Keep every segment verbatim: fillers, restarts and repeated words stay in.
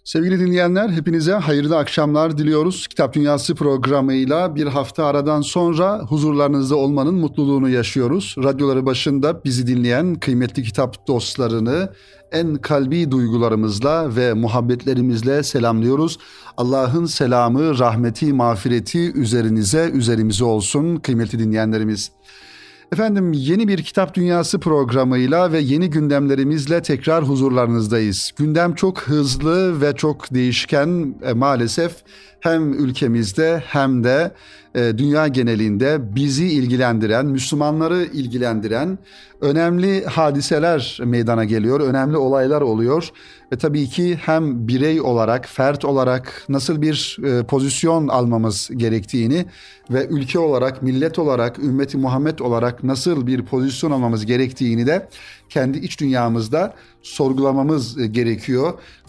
Sevgili dinleyenler, hepinize hayırlı akşamlar diliyoruz. Kitap Dünyası programıyla bir hafta aradan sonra huzurlarınızda olmanın mutluluğunu yaşıyoruz. Radyoları başında bizi dinleyen kıymetli kitap dostlarını en kalbi duygularımızla ve muhabbetlerimizle selamlıyoruz. Allah'ın selamı, rahmeti, mağfireti üzerinize, üzerimize olsun kıymetli dinleyenlerimiz. Efendim, yeni bir Kitap Dünyası programıyla ve yeni gündemlerimizle tekrar huzurlarınızdayız. Gündem çok hızlı ve çok değişken e, maalesef hem ülkemizde hem de e, dünya genelinde bizi ilgilendiren, Müslümanları ilgilendiren önemli hadiseler meydana geliyor, önemli olaylar oluyor. Ve tabii ki hem birey olarak, fert olarak nasıl bir e, pozisyon almamız gerektiğini ve ülke olarak, millet olarak, ümmeti Muhammed olarak nasıl bir pozisyon almamız gerektiğini de kendi iç dünyamızda sorgulamamız e, gerekiyor.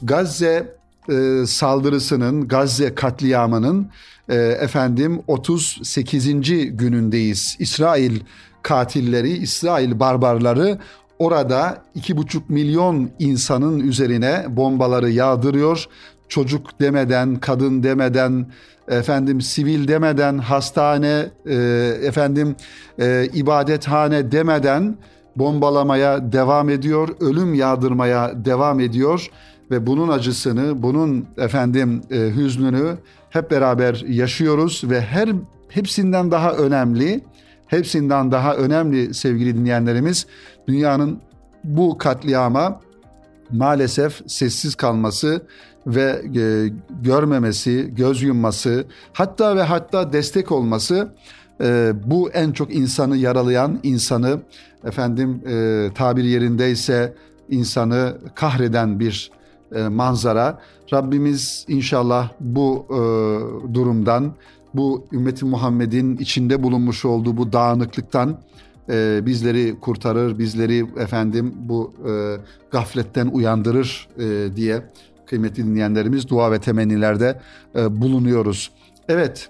Gazze e, saldırısının, Gazze katliamının e, efendim otuz sekizinci günündeyiz. İsrail katilleri, İsrail barbarları orada iki buçuk milyon insanın üzerine bombaları yağdırıyor. Çocuk demeden, kadın demeden, efendim sivil demeden, hastane, e, efendim e, ibadethane demeden bombalamaya devam ediyor, ölüm yağdırmaya devam ediyor ve bunun acısını, bunun efendim e, hüznünü hep beraber yaşıyoruz ve her hepsinden daha önemli, hepsinden daha önemli sevgili dinleyenlerimiz, dünyanın bu katliama maalesef sessiz kalması ve e, görmemesi, göz yumması, hatta ve hatta destek olması, e, bu en çok insanı yaralayan, insanı efendim e, tabir yerindeyse insanı kahreden bir e, manzara. Rabbimiz inşallah bu e, durumdan, bu ümmeti Muhammed'in içinde bulunmuş olduğu bu dağınıklıktan e, bizleri kurtarır, bizleri efendim bu e, gafletten uyandırır e, diye kıymetli dinleyenlerimiz dua ve temennilerde e, bulunuyoruz. Evet,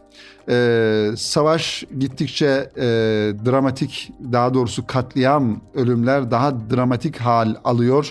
e, savaş gittikçe e, dramatik, daha doğrusu katliam, ölümler daha dramatik hal alıyor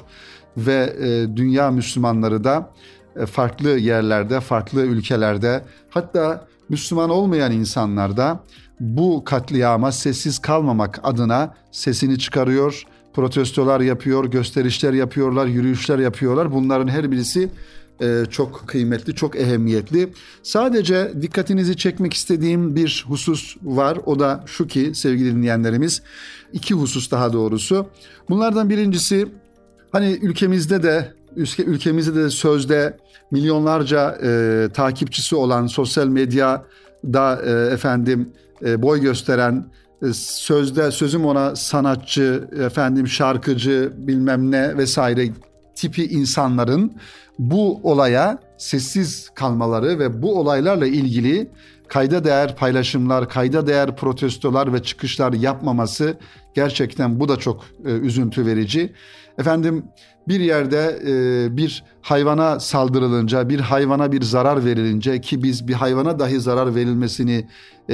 ve e, dünya Müslümanları da e, farklı yerlerde, farklı ülkelerde, hatta Müslüman olmayan insanlar da bu katliama sessiz kalmamak adına sesini çıkarıyor, protestolar yapıyor, gösterişler yapıyorlar, yürüyüşler yapıyorlar. Bunların her birisi e, çok kıymetli, çok ehemmiyetli. Sadece dikkatinizi çekmek istediğim bir husus var. O da şu ki sevgili dinleyenlerimiz, iki husus daha doğrusu. Bunlardan birincisi, hani ülkemizde de ülkemizde de sözde milyonlarca e, takipçisi olan, sosyal medyada e, efendim e, boy gösteren, e, sözde sözüm ona sanatçı, efendim şarkıcı, bilmem ne vesaire tipi insanların bu olaya sessiz kalmaları ve bu olaylarla ilgili kayda değer paylaşımlar, kayda değer protestolar ve çıkışlar yapmaması, gerçekten bu da çok e, üzüntü verici. Efendim bir yerde e, bir hayvana saldırılınca, bir hayvana bir zarar verilince, ki biz bir hayvana dahi zarar verilmesini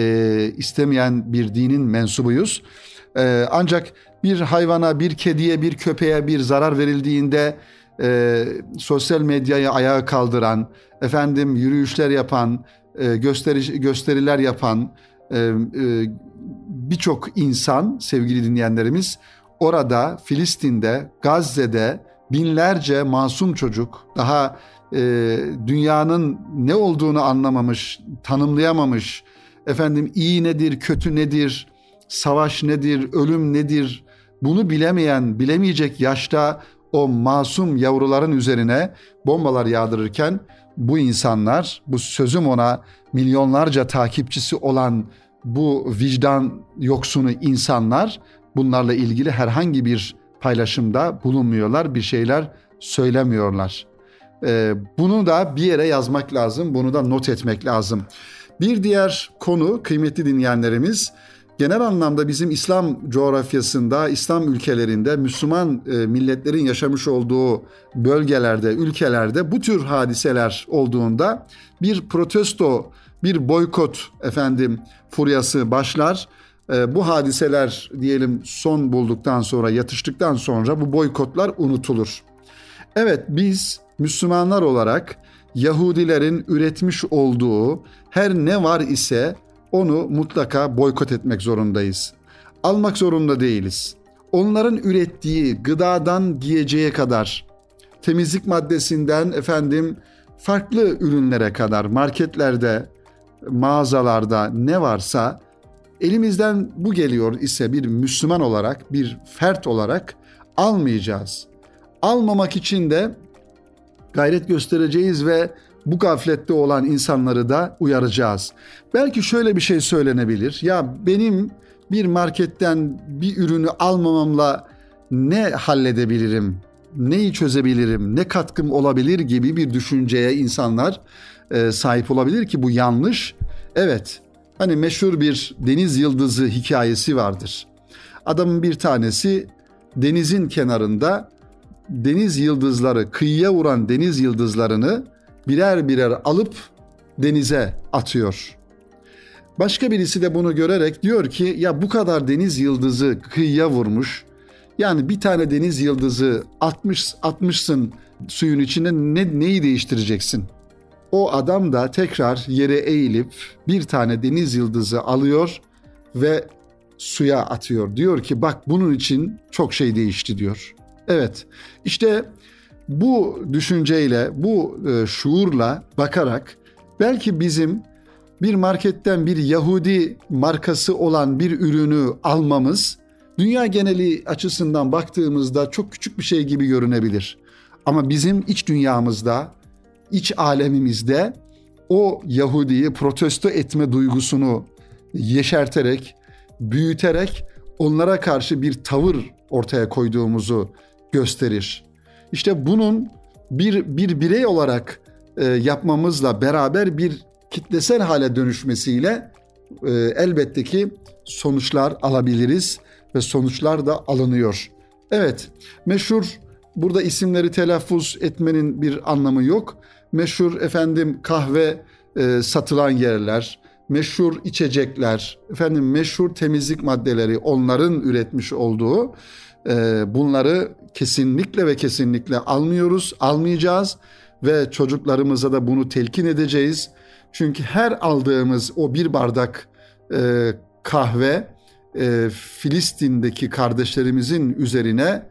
e, istemeyen bir dinin mensubuyuz. E, ancak bir hayvana, bir kediye, bir köpeğe bir zarar verildiğinde e, sosyal medyayı ayağa kaldıran, efendim yürüyüşler yapan, e, gösteri, gösteriler yapan e, e, birçok insan, sevgili dinleyenlerimiz, orada Filistin'de, Gazze'de binlerce masum çocuk, daha e, dünyanın ne olduğunu anlamamış, tanımlayamamış, efendim iyi nedir, kötü nedir, savaş nedir, ölüm nedir, bunu bilemeyen, bilemeyecek yaşta o masum yavruların üzerine bombalar yağdırırken, bu insanlar, bu sözüm ona milyonlarca takipçisi olan bu vicdan yoksunu insanlar, bunlarla ilgili herhangi bir paylaşımda bulunmuyorlar, bir şeyler söylemiyorlar. Ee, bunu da bir yere yazmak lazım, bunu da not etmek lazım. Bir diğer konu kıymetli dinleyenlerimiz, genel anlamda bizim İslam coğrafyasında, İslam ülkelerinde, Müslüman e, milletlerin yaşamış olduğu bölgelerde, ülkelerde bu tür hadiseler olduğunda bir protesto, bir boykot efendim furyası başlar. E, bu hadiseler diyelim son bulduktan sonra, yatıştıktan sonra bu boykotlar unutulur. Evet, biz Müslümanlar olarak Yahudilerin üretmiş olduğu her ne var ise onu mutlaka boykot etmek zorundayız. Almak zorunda değiliz. Onların ürettiği gıdadan giyeceğe kadar, temizlik maddesinden efendim farklı ürünlere kadar marketlerde, mağazalarda ne varsa elimizden bu geliyor ise bir Müslüman olarak, bir fert olarak almayacağız. Almamak için de gayret göstereceğiz ve bu gaflette olan insanları da uyaracağız. Belki şöyle bir şey söylenebilir. Ya benim bir marketten bir ürünü almamamla ne halledebilirim, neyi çözebilirim, ne katkım olabilir gibi bir düşünceye insanlar e, sahip olabilir ki bu yanlış. Evet, hani meşhur bir deniz yıldızı hikayesi vardır. Adamın bir tanesi denizin kenarında deniz yıldızları, kıyıya vuran deniz yıldızlarını birer birer alıp denize atıyor. Başka birisi de bunu görerek diyor ki ya bu kadar deniz yıldızı kıyıya vurmuş. Yani bir tane deniz yıldızı atmış, atmışsın suyun içine ne, neyi değiştireceksin? O adam da tekrar yere eğilip bir tane deniz yıldızı alıyor ve suya atıyor. Diyor ki bak bunun için çok şey değişti diyor. Evet, işte bu düşünceyle, bu e, şuurla bakarak belki bizim bir marketten bir Yahudi markası olan bir ürünü almamız dünya geneli açısından baktığımızda çok küçük bir şey gibi görünebilir. Ama bizim iç dünyamızda, iç alemimizde o Yahudi'yi protesto etme duygusunu yeşerterek, büyüterek onlara karşı bir tavır ortaya koyduğumuzu gösterir. İşte bunun bir, bir birey olarak e, yapmamızla beraber bir kitlesel hale dönüşmesiyle e, elbette ki sonuçlar alabiliriz ve sonuçlar da alınıyor. Evet, meşhur, burada isimleri telaffuz etmenin bir anlamı yok. Meşhur efendim kahve e, satılan yerler, meşhur içecekler, efendim meşhur temizlik maddeleri, onların üretmiş olduğu e, bunları kesinlikle ve kesinlikle almıyoruz, almayacağız ve çocuklarımıza da bunu telkin edeceğiz. Çünkü her aldığımız o bir bardak e, kahve e, Filistin'deki kardeşlerimizin üzerine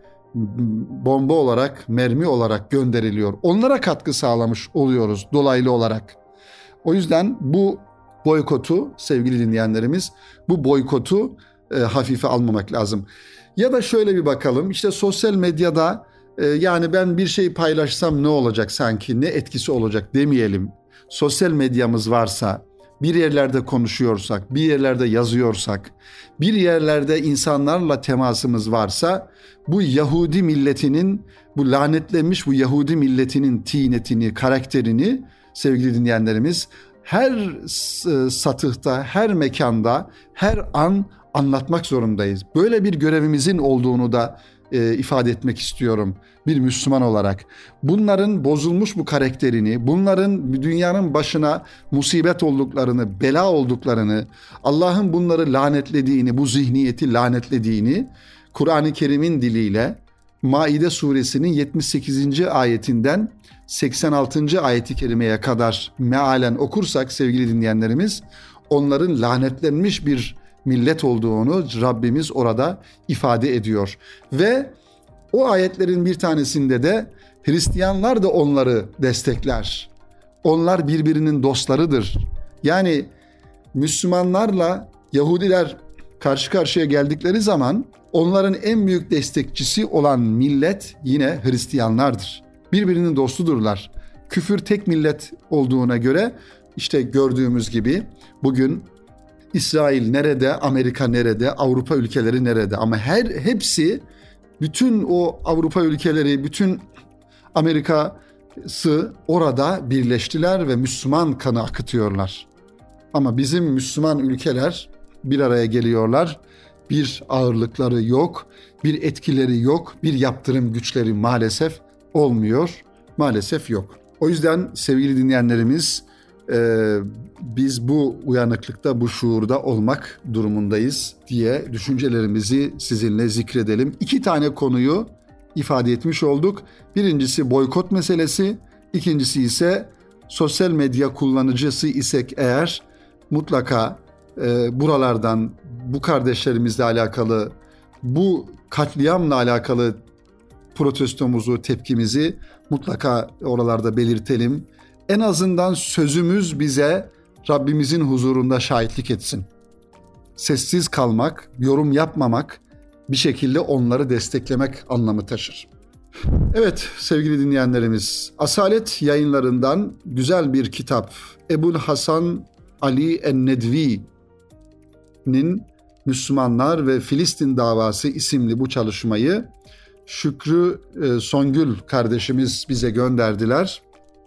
bomba olarak, mermi olarak gönderiliyor. Onlara katkı sağlamış oluyoruz dolaylı olarak. O yüzden bu boykotu sevgili dinleyenlerimiz, bu boykotu e, hafife almamak lazım. Ya da şöyle bir bakalım, işte sosyal medyada e, yani ben bir şey paylaşsam ne olacak sanki, ne etkisi olacak demeyelim. Sosyal medyamız varsa, bir yerlerde konuşuyorsak, bir yerlerde yazıyorsak, bir yerlerde insanlarla temasımız varsa bu Yahudi milletinin, bu lanetlenmiş bu Yahudi milletinin tinetini, karakterini sevgili dinleyenlerimiz her satıhta, her mekanda, her an anlatmak zorundayız. Böyle bir görevimizin olduğunu da e, ifade etmek istiyorum bir Müslüman olarak. Bunların bozulmuş bu karakterini, bunların dünyanın başına musibet olduklarını, bela olduklarını, Allah'ın bunları lanetlediğini, bu zihniyeti lanetlediğini Kur'an-ı Kerim'in diliyle Maide suresinin yetmiş sekizinci ayetinden seksen altıncı ayeti kerimeye kadar mealen okursak sevgili dinleyenlerimiz, onların lanetlenmiş bir millet olduğunu Rabbimiz orada ifade ediyor. Ve o ayetlerin bir tanesinde de Hristiyanlar da onları destekler. Onlar birbirinin dostlarıdır. Yani Müslümanlarla Yahudiler karşı karşıya geldikleri zaman onların en büyük destekçisi olan millet yine Hristiyanlardır. Birbirinin dostudurlar. Küfür tek millet olduğuna göre işte gördüğümüz gibi bugün İsrail nerede, Amerika nerede, Avrupa ülkeleri nerede? Ama her hepsi, bütün o Avrupa ülkeleri, bütün Amerika'sı orada birleştiler ve Müslüman kanı akıtıyorlar. Ama bizim Müslüman ülkeler bir araya geliyorlar. Bir ağırlıkları yok, bir etkileri yok, bir yaptırım güçleri maalesef olmuyor, maalesef yok. O yüzden sevgili dinleyenlerimiz, Ee, biz bu uyanıklıkta, bu şuurda olmak durumundayız diye düşüncelerimizi sizinle zikredelim. İki tane konuyu ifade etmiş olduk. Birincisi boykot meselesi, ikincisi ise sosyal medya kullanıcısı isek eğer mutlaka e, buralardan bu kardeşlerimizle alakalı, bu katliamla alakalı protestomuzu, tepkimizi mutlaka oralarda belirtelim. En azından sözümüz bize Rabbimizin huzurunda şahitlik etsin. Sessiz kalmak, yorum yapmamak bir şekilde onları desteklemek anlamı taşır. Evet sevgili dinleyenlerimiz, Asalet Yayınlarından güzel bir kitap, Ebul Hasan Ali en-Nedvi'nin Müslümanlar ve Filistin Davası isimli bu çalışmayı Şükrü Songül kardeşimiz bize gönderdiler.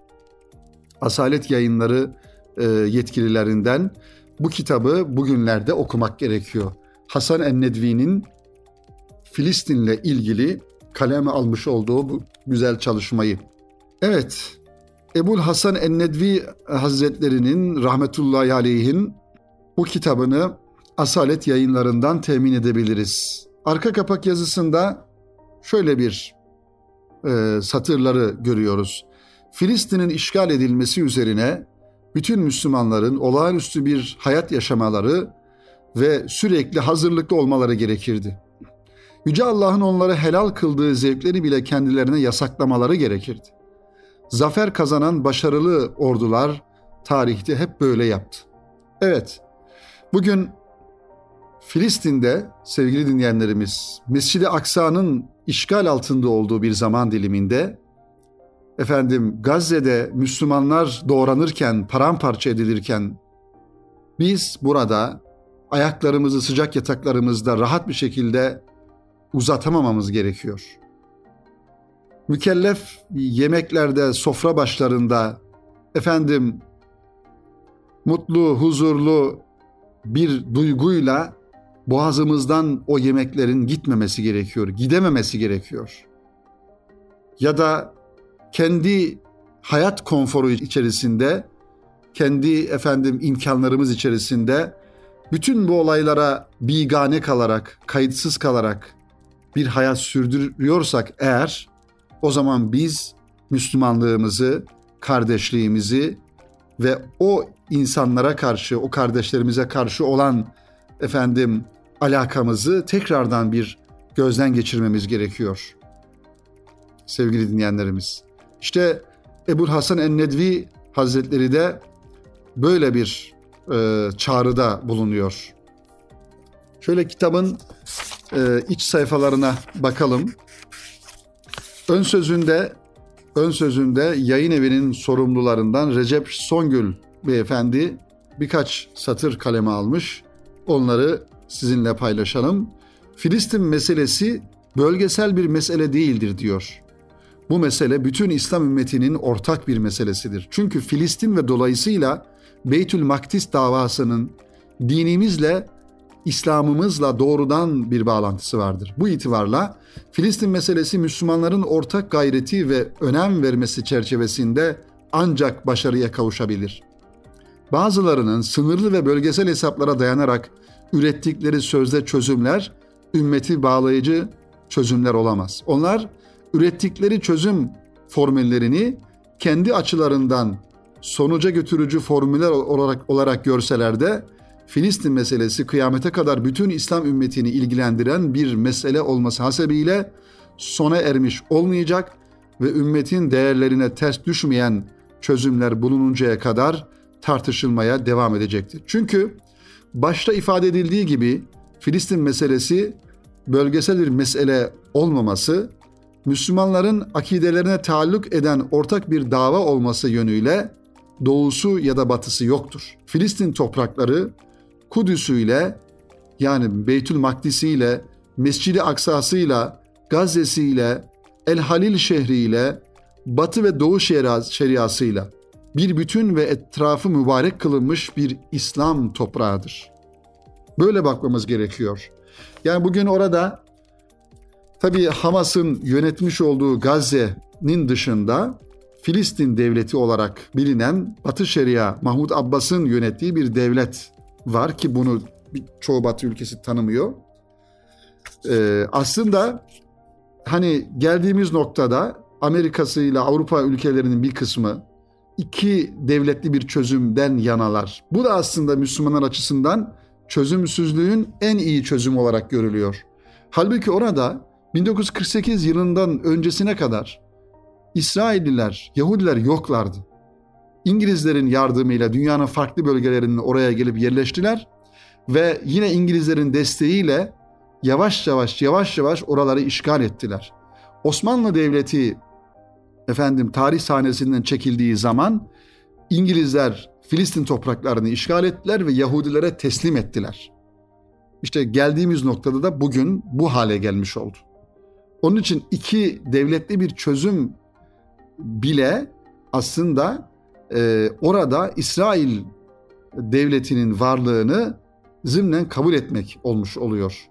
Asalet Yayınları yetkililerinden bu kitabı bugünlerde okumak gerekiyor. Hasan en-Nedvi'nin Filistin'le ilgili kaleme almış olduğu bu güzel çalışmayı. Evet, Ebul Hasan en-Nedvi Hazretleri'nin rahmetullahi aleyhin bu kitabını Asalet Yayınlarından temin edebiliriz. Arka kapak yazısında şöyle bir e, satırları görüyoruz. Filistin'in işgal edilmesi üzerine bütün Müslümanların olağanüstü bir hayat yaşamaları ve sürekli hazırlıklı olmaları gerekirdi. Yüce Allah'ın onları helal kıldığı zevkleri bile kendilerine yasaklamaları gerekirdi. Zafer kazanan başarılı ordular tarihte hep böyle yaptı. Evet, bugün Filistin'de sevgili dinleyenlerimiz, Mescid-i Aksa'nın işgal altında olduğu bir zaman diliminde, efendim Gazze'de Müslümanlar doğranırken, paramparça edilirken, biz burada ayaklarımızı sıcak yataklarımızda rahat bir şekilde uzatamamamız gerekiyor. Mükellef yemeklerde, sofra başlarında, efendim mutlu, huzurlu bir duyguyla boğazımızdan o yemeklerin gitmemesi gerekiyor, gidememesi gerekiyor. Ya da kendi hayat konforu içerisinde, kendi efendim imkanlarımız içerisinde bütün bu olaylara bigane kalarak, kayıtsız kalarak bir hayat sürdürüyorsak eğer, o zaman biz Müslümanlığımızı, kardeşliğimizi ve o insanlara karşı, o kardeşlerimize karşı olan efendim alakamızı tekrardan bir gözden geçirmemiz gerekiyor. Sevgili dinleyenlerimiz, İşte Ebul Hasan en-Nedvi Hazretleri de böyle bir e, çağrıda bulunuyor. Şöyle kitabın e, iç sayfalarına bakalım. Ön sözünde, ön sözünde yayın evinin sorumlularından Recep Songül beyefendi birkaç satır kaleme almış. Onları sizinle paylaşalım. Filistin meselesi bölgesel bir mesele değildir diyor. Bu mesele bütün İslam ümmetinin ortak bir meselesidir. Çünkü Filistin ve dolayısıyla Beytül Makdis davasının dinimizle, İslam'ımızla doğrudan bir bağlantısı vardır. Bu itibarla Filistin meselesi Müslümanların ortak gayreti ve önem vermesi çerçevesinde ancak başarıya kavuşabilir. Bazılarının sınırlı ve bölgesel hesaplara dayanarak ürettikleri sözde çözümler ümmeti bağlayıcı çözümler olamaz. Onlar ürettikleri çözüm formüllerini kendi açılarından sonuca götürücü formüller olarak, olarak görseler de Filistin meselesi kıyamete kadar bütün İslam ümmetini ilgilendiren bir mesele olması hasebiyle sona ermiş olmayacak ve ümmetin değerlerine ters düşmeyen çözümler bulununcaya kadar tartışılmaya devam edecektir. Çünkü başta ifade edildiği gibi Filistin meselesi bölgesel bir mesele olmaması, Müslümanların akidelerine taalluk eden ortak bir dava olması yönüyle doğusu ya da batısı yoktur. Filistin toprakları Kudüs'üyle, yani Beytül Makdis'iyle, Mescid-i Aksa'sıyla, Gazze'siyle, El Halil şehriyle, Batı ve Doğu şeriasıyla bir bütün ve etrafı mübarek kılınmış bir İslam toprağıdır. Böyle bakmamız gerekiyor. Yani bugün orada tabii Hamas'ın yönetmiş olduğu Gazze'nin dışında Filistin devleti olarak bilinen Batı Şeria, Mahmud Abbas'ın yönettiği bir devlet var ki bunu çoğu Batı ülkesi tanımıyor. Ee, aslında hani geldiğimiz noktada Amerika'sı ile Avrupa ülkelerinin bir kısmı iki devletli bir çözümden yanalar. Bu da aslında Müslümanlar açısından çözümsüzlüğün en iyi çözüm olarak görülüyor. Halbuki orada bin dokuz yüz kırk sekiz yılından öncesine kadar İsrailliler, Yahudiler yoklardı. İngilizlerin yardımıyla dünyanın farklı bölgelerinin oraya gelip yerleştiler ve yine İngilizlerin desteğiyle yavaş yavaş yavaş yavaş oraları işgal ettiler. Osmanlı Devleti efendim tarih sahnesinden çekildiği zaman İngilizler Filistin topraklarını işgal ettiler ve Yahudilere teslim ettiler. İşte geldiğimiz noktada da bugün bu hale gelmiş oldu. Onun için iki devletli bir çözüm bile aslında e, orada İsrail devletinin varlığını zımnen kabul etmek olmuş oluyor.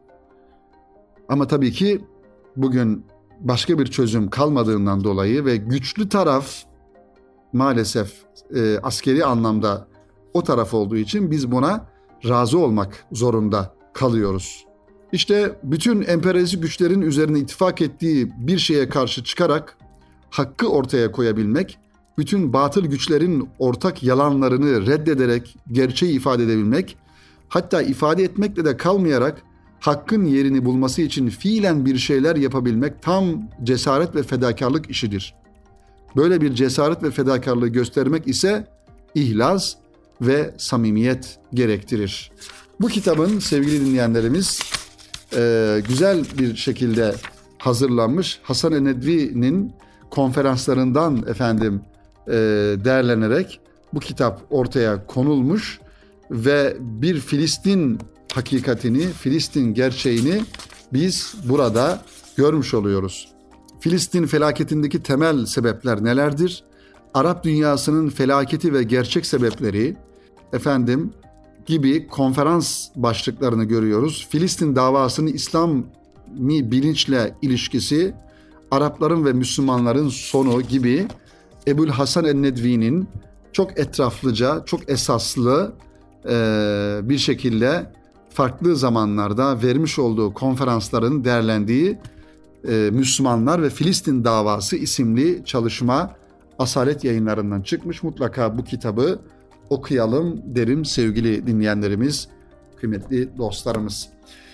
Ama tabii ki bugün başka bir çözüm kalmadığından dolayı ve güçlü taraf maalesef e, askeri anlamda o taraf olduğu için biz buna razı olmak zorunda kalıyoruz. İşte bütün emperyalist güçlerin üzerine ittifak ettiği bir şeye karşı çıkarak hakkı ortaya koyabilmek, bütün batıl güçlerin ortak yalanlarını reddederek gerçeği ifade edebilmek, hatta ifade etmekle de kalmayarak hakkın yerini bulması için fiilen bir şeyler yapabilmek tam cesaret ve fedakarlık işidir. Böyle bir cesaret ve fedakarlığı göstermek ise ihlas ve samimiyet gerektirir. Bu kitabın sevgili dinleyenlerimiz e, güzel bir şekilde hazırlanmış. Hasan el-Nedvi'nin konferanslarından efendim e, değerlenerek bu kitap ortaya konulmuş ve bir Filistin hakikatini, Filistin gerçeğini biz burada görmüş oluyoruz. Filistin felaketindeki temel sebepler nelerdir? Arap dünyasının felaketi ve gerçek sebepleri efendim gibi konferans başlıklarını görüyoruz. Filistin davasının İslami bilinçle ilişkisi, Arapların ve Müslümanların sonu gibi Ebu'l Hasan el-Nedvi'nin çok etraflıca, çok esaslı e, bir şekilde farklı zamanlarda vermiş olduğu konferansların değerlendiği e, Müslümanlar ve Filistin Davası isimli çalışma Asalet Yayınlarından çıkmış. Mutlaka bu kitabı okuyalım derim sevgili dinleyenlerimiz, kıymetli dostlarımız.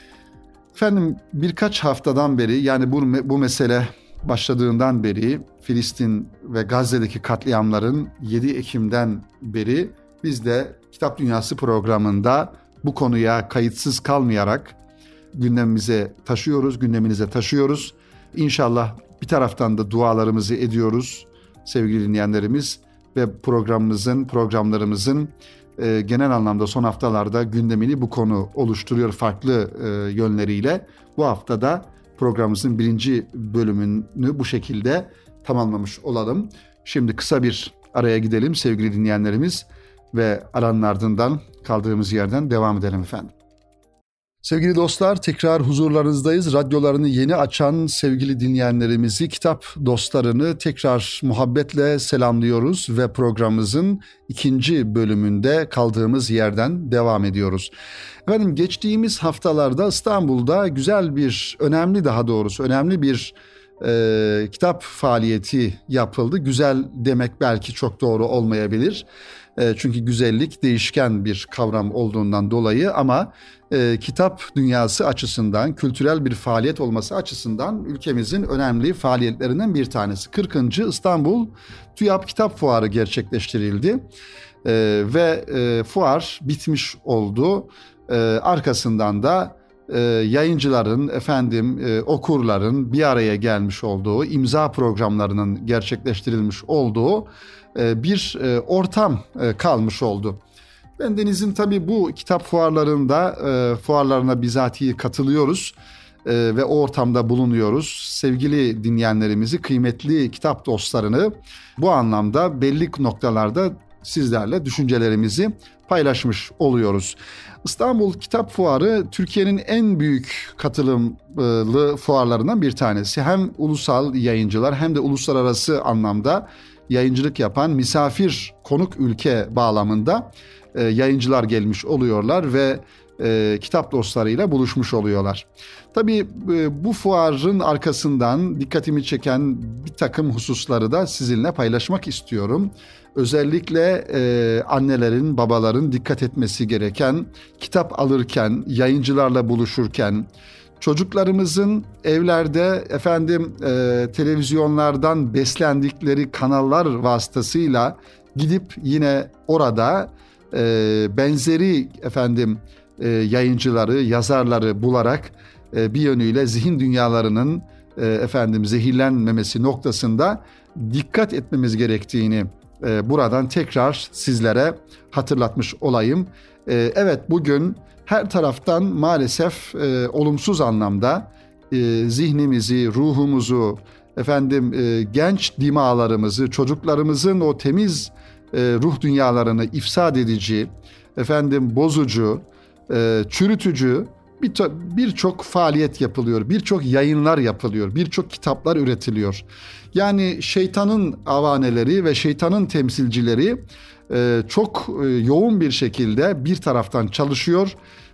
Efendim birkaç haftadan beri, yani bu, bu mesele başladığından beri, Filistin ve Gazze'deki katliamların yedi Ekim'den beri biz de Kitap Dünyası programında bu konuya kayıtsız kalmayarak gündemimize taşıyoruz, gündeminize taşıyoruz. İnşallah bir taraftan da dualarımızı ediyoruz sevgili dinleyenlerimiz ve programımızın, programlarımızın e, genel anlamda son haftalarda gündemini bu konu oluşturuyor farklı e, yönleriyle. Bu haftada programımızın birinci bölümünü bu şekilde tamamlamış olalım. Şimdi kısa bir araya gidelim sevgili dinleyenlerimiz ve aranın ardından kaldığımız yerden devam edelim efendim. Sevgili dostlar, tekrar huzurlarınızdayız. Radyolarını yeni açan sevgili dinleyenlerimizi, kitap dostlarını tekrar muhabbetle selamlıyoruz ve programımızın ikinci bölümünde kaldığımız yerden devam ediyoruz. Efendim geçtiğimiz haftalarda İstanbul'da güzel bir, önemli daha doğrusu önemli bir e, kitap faaliyeti yapıldı. Güzel demek belki çok doğru olmayabilir. E, çünkü güzellik değişken bir kavram olduğundan dolayı, ama e, kitap dünyası açısından, kültürel bir faaliyet olması açısından ülkemizin önemli faaliyetlerinden bir tanesi. kırkıncı İstanbul TÜYAP Kitap Fuarı gerçekleştirildi e, ve e, fuar bitmiş oldu. E, arkasından da e, yayıncıların, efendim e, okurların bir araya gelmiş olduğu, imza programlarının gerçekleştirilmiş olduğu e, bir e, ortam e, kalmış oldu. Ben Deniz'in tabii bu kitap fuarlarında, e, fuarlarına bizatihi katılıyoruz e, ve o ortamda bulunuyoruz. Sevgili dinleyenlerimizi, kıymetli kitap dostlarını bu anlamda belli noktalarda sizlerle düşüncelerimizi paylaşmış oluyoruz. İstanbul Kitap Fuarı Türkiye'nin en büyük katılımlı fuarlarından bir tanesi. Hem ulusal yayıncılar hem de uluslararası anlamda yayıncılık yapan misafir konuk ülke bağlamında e, yayıncılar gelmiş oluyorlar ve e, kitap dostlarıyla buluşmuş oluyorlar. Tabii e, bu fuarın arkasından dikkatimi çeken bir takım hususları da sizinle paylaşmak istiyorum. Özellikle e, annelerin, babaların dikkat etmesi gereken, kitap alırken, yayıncılarla buluşurken, çocuklarımızın evlerde efendim e, televizyonlardan beslendikleri kanallar vasıtasıyla gidip yine orada e, benzeri efendim e, yayıncıları, yazarları bularak e, bir yönüyle zihin dünyalarının e, efendim zehirlenmemesi noktasında dikkat etmemiz gerektiğini e, buradan tekrar sizlere hatırlatmış olayım. E, evet bugün her taraftan maalesef e, olumsuz anlamda e, zihnimizi, ruhumuzu, efendim e, genç dimağlarımızı, çocuklarımızın o temiz e, ruh dünyalarını ifsad edici, efendim bozucu, e, çürütücü birçok faaliyet yapılıyor, birçok yayınlar yapılıyor, birçok kitaplar üretiliyor. Yani şeytanın avaneleri ve şeytanın temsilcileri e, çok e, yoğun bir şekilde bir taraftan çalışıyor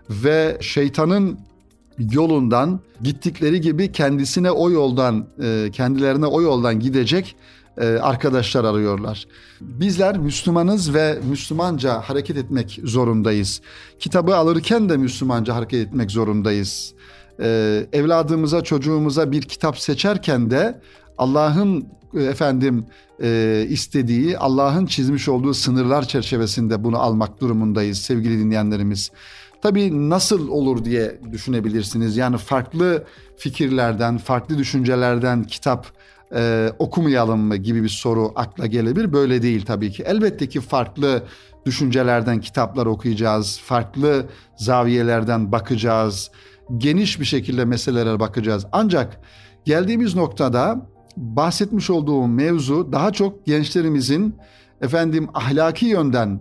ve şeytanın yolundan gittikleri gibi kendisine o yoldan, e, kendilerine o yoldan gidecek e, arkadaşlar arıyorlar. Bizler Müslümanız ve Müslümanca hareket etmek zorundayız. Kitabı alırken de Müslümanca hareket etmek zorundayız. E, evladımıza, çocuğumuza bir kitap seçerken de Allah'ın e, efendim e, istediği, Allah'ın çizmiş olduğu sınırlar çerçevesinde bunu almak durumundayız sevgili dinleyenlerimiz. Tabii nasıl olur diye düşünebilirsiniz. Yani farklı fikirlerden, farklı düşüncelerden kitap e, okumayalım mı gibi bir soru akla gelebilir. Böyle değil tabii ki. Elbette ki farklı düşüncelerden kitaplar okuyacağız. Farklı zaviyelerden bakacağız. Geniş bir şekilde meselelere bakacağız. Ancak geldiğimiz noktada bahsetmiş olduğum mevzu daha çok gençlerimizin efendim ahlaki yönden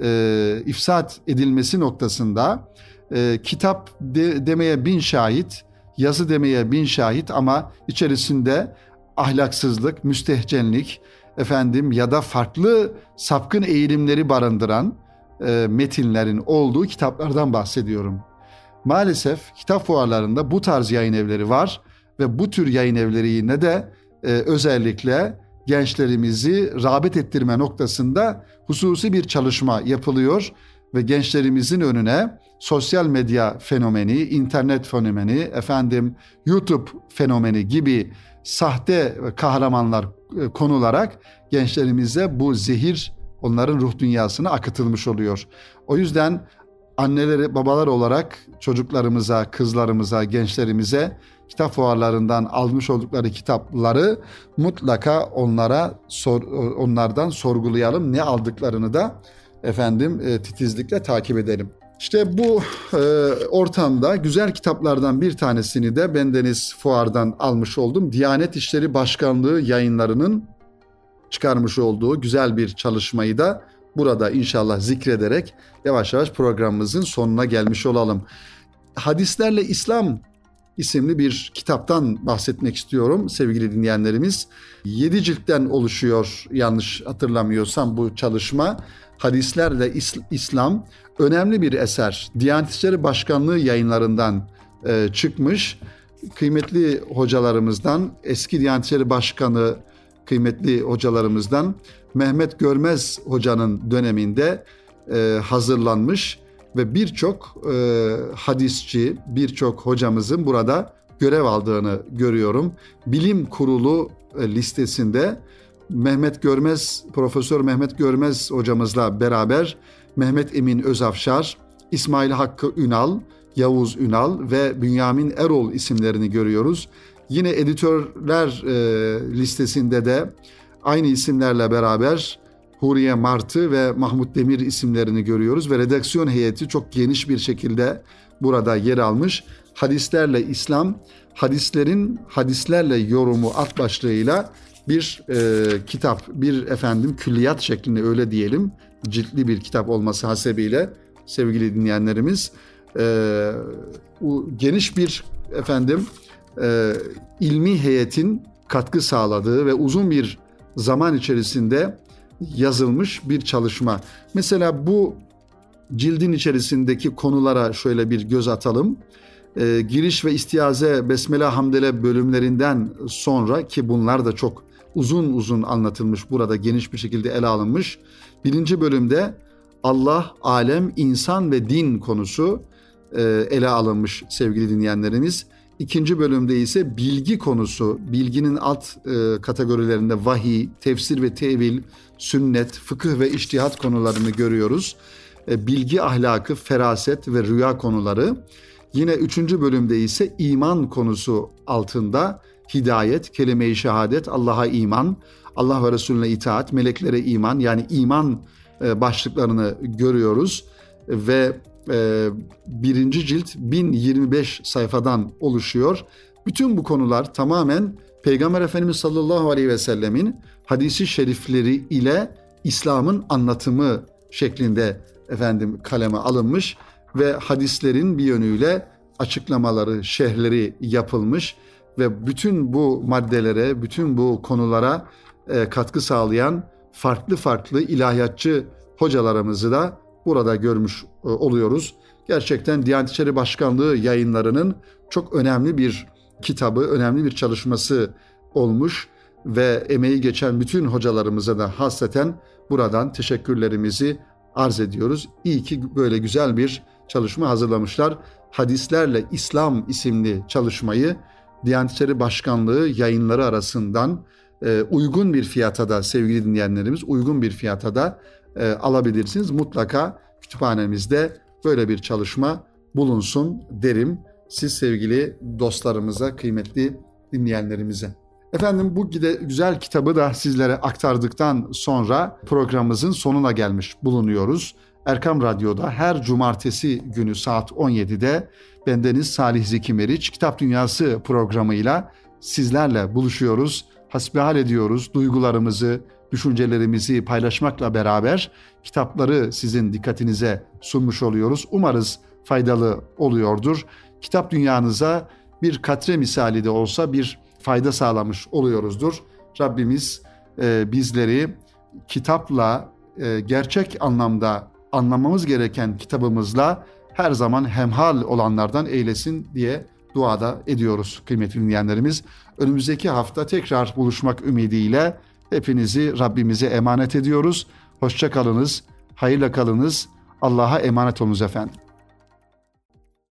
e, ifsat edilmesi noktasında e, kitap de, demeye bin şahit, yazı demeye bin şahit ama içerisinde ahlaksızlık, müstehcenlik efendim ya da farklı sapkın eğilimleri barındıran e, metinlerin olduğu kitaplardan bahsediyorum. Maalesef kitap fuarlarında bu tarz yayın evleri var ve bu tür yayın evleri yine de e, özellikle gençlerimizi rağbet ettirme noktasında hususi bir çalışma yapılıyor ve gençlerimizin önüne sosyal medya fenomeni, internet fenomeni, efendim YouTube fenomeni gibi sahte kahramanlar konularak gençlerimize bu zehir onların ruh dünyasına akıtılmış oluyor. O yüzden anneleri, babalar olarak çocuklarımıza, kızlarımıza, gençlerimize kitap fuarlarından almış oldukları kitapları mutlaka onlara sor, onlardan sorgulayalım. Ne aldıklarını da efendim e, titizlikle takip edelim. İşte bu e, ortamda güzel kitaplardan bir tanesini de bendeniz fuardan almış oldum. Diyanet İşleri Başkanlığı yayınlarının çıkarmış olduğu güzel bir çalışmayı da burada inşallah zikrederek yavaş yavaş programımızın sonuna gelmiş olalım. Hadislerle İslam isimli bir kitaptan bahsetmek istiyorum sevgili dinleyenlerimiz. Yedi ciltten oluşuyor yanlış hatırlamıyorsam bu çalışma. Hadislerle İslam önemli bir eser. Diyanet İşleri Başkanlığı yayınlarından e, çıkmış. Kıymetli hocalarımızdan, eski Diyanet İşleri Başkanı kıymetli hocalarımızdan Mehmet Görmez hocanın döneminde e, hazırlanmış ve birçok e, hadisçi, birçok hocamızın burada görev aldığını görüyorum. Bilim Kurulu e, listesinde Mehmet Görmez, Profesör Mehmet Görmez hocamızla beraber Mehmet Emin Özafşar, İsmail Hakkı Ünal, Yavuz Ünal ve Bünyamin Erol isimlerini görüyoruz. Yine editörler e, listesinde de aynı isimlerle beraber Huriye Martı ve Mahmut Demir isimlerini görüyoruz ve redaksiyon heyeti çok geniş bir şekilde burada yer almış. Hadislerle İslam, hadislerin hadislerle yorumu alt başlığıyla bir e, kitap, bir efendim külliyat şeklinde öyle diyelim, ciltli bir kitap olması hasebiyle sevgili dinleyenlerimiz e, geniş bir efendim e, ilmi heyetin katkı sağladığı ve uzun bir zaman içerisinde yazılmış bir çalışma. Mesela bu cildin içerisindeki konulara şöyle bir göz atalım. E, giriş ve istiaze, besmele, hamdele bölümlerinden sonra, ki bunlar da çok uzun uzun anlatılmış, burada geniş bir şekilde ele alınmış. Birinci bölümde Allah, alem, insan ve din konusu e, ele alınmış sevgili dinleyenlerimiz. İkinci bölümde ise bilgi konusu, bilginin alt e, kategorilerinde vahiy, tefsir ve tevil, sünnet, fıkıh ve içtihat konularını görüyoruz. E, bilgi ahlakı, feraset ve rüya konuları. Yine üçüncü bölümde ise iman konusu altında hidayet, kelime-i şehadet, Allah'a iman, Allah ve Resulüne itaat, meleklere iman, yani iman e, başlıklarını görüyoruz. Ve e, birinci cilt bin yirmi beş sayfadan oluşuyor. Bütün bu konular tamamen Peygamber Efendimiz sallallahu aleyhi ve sellemin hadisi şerifleri ile İslam'ın anlatımı şeklinde efendim kaleme alınmış ve hadislerin bir yönüyle açıklamaları, şerhleri yapılmış ve bütün bu maddelere, bütün bu konulara e, katkı sağlayan farklı farklı ilahiyatçı hocalarımızı da burada görmüş e, oluyoruz. Gerçekten Diyanet İşleri Başkanlığı yayınlarının çok önemli bir kitabı, önemli bir çalışması olmuş ve emeği geçen bütün hocalarımıza da hasreten buradan teşekkürlerimizi arz ediyoruz. İyi ki böyle güzel bir çalışma hazırlamışlar. Hadislerle İslam isimli çalışmayı Diyanet İşleri Başkanlığı yayınları arasından e, uygun bir fiyata da sevgili dinleyenlerimiz, uygun bir fiyata da e, alabilirsiniz. Mutlaka kütüphanemizde böyle bir çalışma bulunsun derim siz sevgili dostlarımıza, kıymetli dinleyenlerimize. Efendim bu güzel kitabı da sizlere aktardıktan sonra programımızın sonuna gelmiş bulunuyoruz. Erkam Radyo'da her cumartesi günü saat on yedide bendeniz Salih Zeki Meriç Kitap Dünyası programıyla sizlerle buluşuyoruz. Hasbihal ediyoruz, duygularımızı, düşüncelerimizi paylaşmakla beraber kitapları sizin dikkatinize sunmuş oluyoruz. Umarız faydalı oluyordur. Kitap dünyanıza bir katre misali de olsa bir fayda sağlamış oluyoruzdur. Rabbimiz e, bizleri kitapla e, gerçek anlamda anlamamız gereken kitabımızla her zaman hemhal olanlardan eylesin diye duada ediyoruz kıymetli dinleyenlerimiz. Önümüzdeki hafta tekrar buluşmak ümidiyle hepinizi Rabbimize emanet ediyoruz. Hoşça kalınız, hayırla kalınız, Allah'a emanet olunuz efendim.